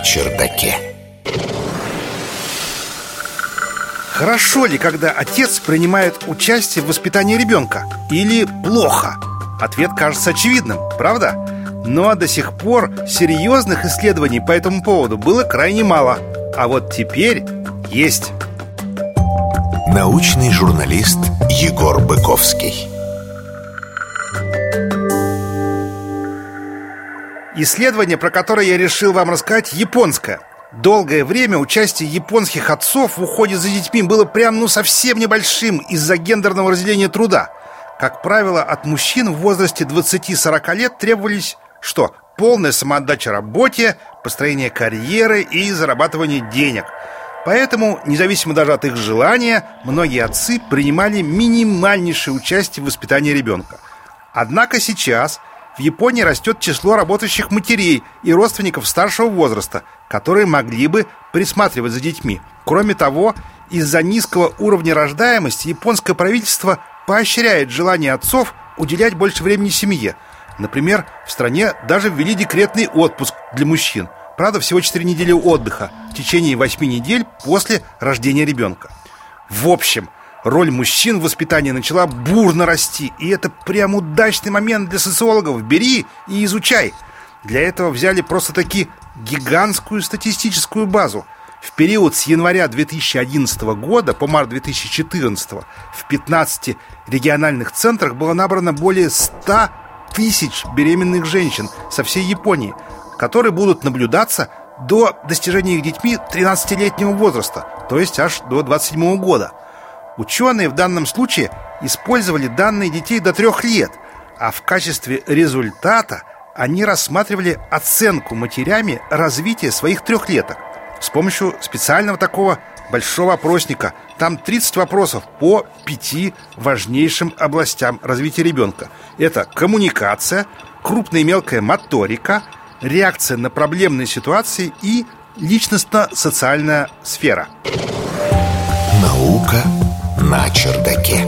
чердаке. Хорошо ли, когда отец принимает участие в воспитании ребенка? Или плохо? Ответ кажется очевидным, правда? Но до сих пор серьезных исследований по этому поводу было крайне мало. А вот теперь есть. Научный журналист Егор Быковский. Исследование, про которое я решил вам рассказать, японское. Долгое время участие японских отцов в уходе за детьми было прям совсем небольшим из-за гендерного разделения труда. Как правило, от мужчин в возрасте 20-40 лет требовались что? Полная самоотдача работе, построение карьеры и зарабатывание денег. Поэтому, независимо даже от их желания, многие отцы принимали минимальнейшее участие в воспитании ребенка. Однако сейчас в Японии растет число работающих матерей и родственников старшего возраста, которые могли бы присматривать за детьми. Кроме того, из-за низкого уровня рождаемости японское правительство поощряет желание отцов уделять больше времени семье. Например, в стране даже ввели декретный отпуск для мужчин. Правда, всего 4 недели отдыха в течение 8 недель после рождения ребенка. В общем, роль мужчин в воспитании начала бурно расти. И это прям удачный момент для социологов. Бери и изучай. Для этого взяли просто-таки гигантскую статистическую базу. В период с января 2011 года по март 2014 в 15 региональных центрах было набрано более 100 тысяч беременных женщин со всей Японии, которые будут наблюдаться до достижения их детьми 13-летнего возраста, то есть аж до 27 года. Ученые в данном случае использовали данные детей до 3 лет, а в качестве результата они рассматривали оценку матерями развития своих трехлеток с помощью специального такого большого опросника. Там 30 вопросов по 5 важнейшим областям развития ребенка. Это коммуникация, крупная и мелкая моторика, реакция на проблемные ситуации и личностно-социальная сфера. Наука на чердаке.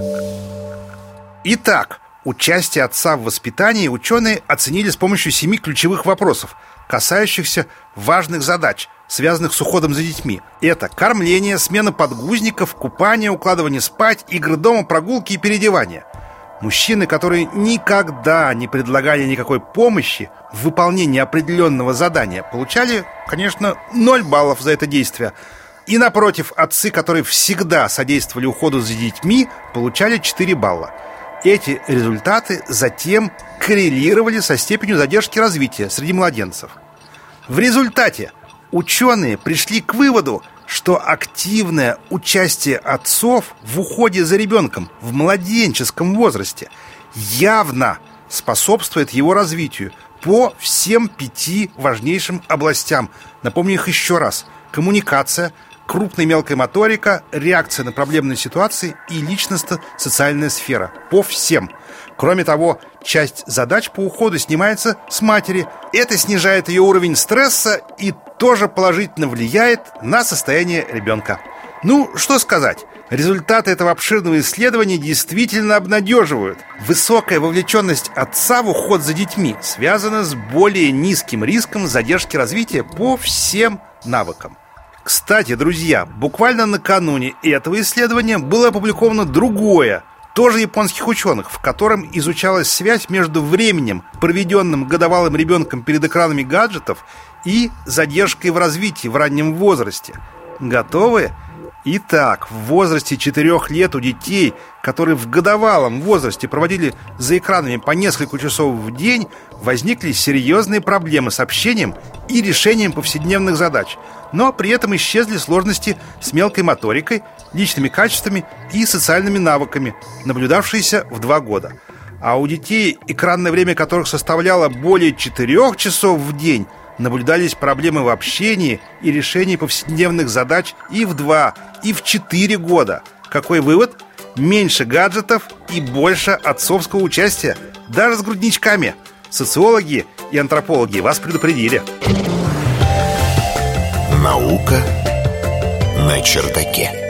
Итак, участие отца в воспитании ученые оценили с помощью 7 ключевых вопросов, касающихся важных задач, связанных с уходом за детьми. Это кормление, смена подгузников, купание, укладывание спать, игры дома, прогулки и переодевание. Мужчины, которые никогда не предлагали никакой помощи в выполнении определенного задания, получали, конечно, 0 баллов за это действие. И напротив, отцы, которые всегда содействовали уходу за детьми, получали 4 балла. Эти результаты затем коррелировали со степенью задержки развития среди младенцев. В результате ученые пришли к выводу, что активное участие отцов в уходе за ребенком в младенческом возрасте явно способствует его развитию по всем 5 важнейшим областям. Напомню их еще раз. Коммуникация, крупная и мелкая моторика, реакция на проблемные ситуации и личностно-социальная сфера. По всем. Кроме того, часть задач по уходу снимается с матери. Это снижает ее уровень стресса и тоже положительно влияет на состояние ребенка. Ну, что сказать. Результаты этого обширного исследования действительно обнадеживают. Высокая вовлеченность отца в уход за детьми связана с более низким риском задержки развития по всем навыкам. Кстати, друзья, буквально накануне этого исследования было опубликовано другое, тоже японских ученых, в котором изучалась связь между временем, проведенным годовалым ребенком перед экранами гаджетов, и задержкой в развитии в раннем возрасте. Готовы? Итак, в возрасте 4 лет у детей, которые в годовалом возрасте проводили за экранами по несколько часов в день, возникли серьезные проблемы с общением и решением повседневных задач. Но при этом исчезли сложности с мелкой моторикой, личными качествами и социальными навыками, наблюдавшиеся в 2 года. А у детей, экранное время которых составляло более 4 часов в день, наблюдались проблемы в общении и решении повседневных задач и в 2, и в 4 года. Какой вывод? Меньше гаджетов и больше отцовского участия, даже с грудничками. Социологи и антропологи вас предупредили. Наука на чердаке.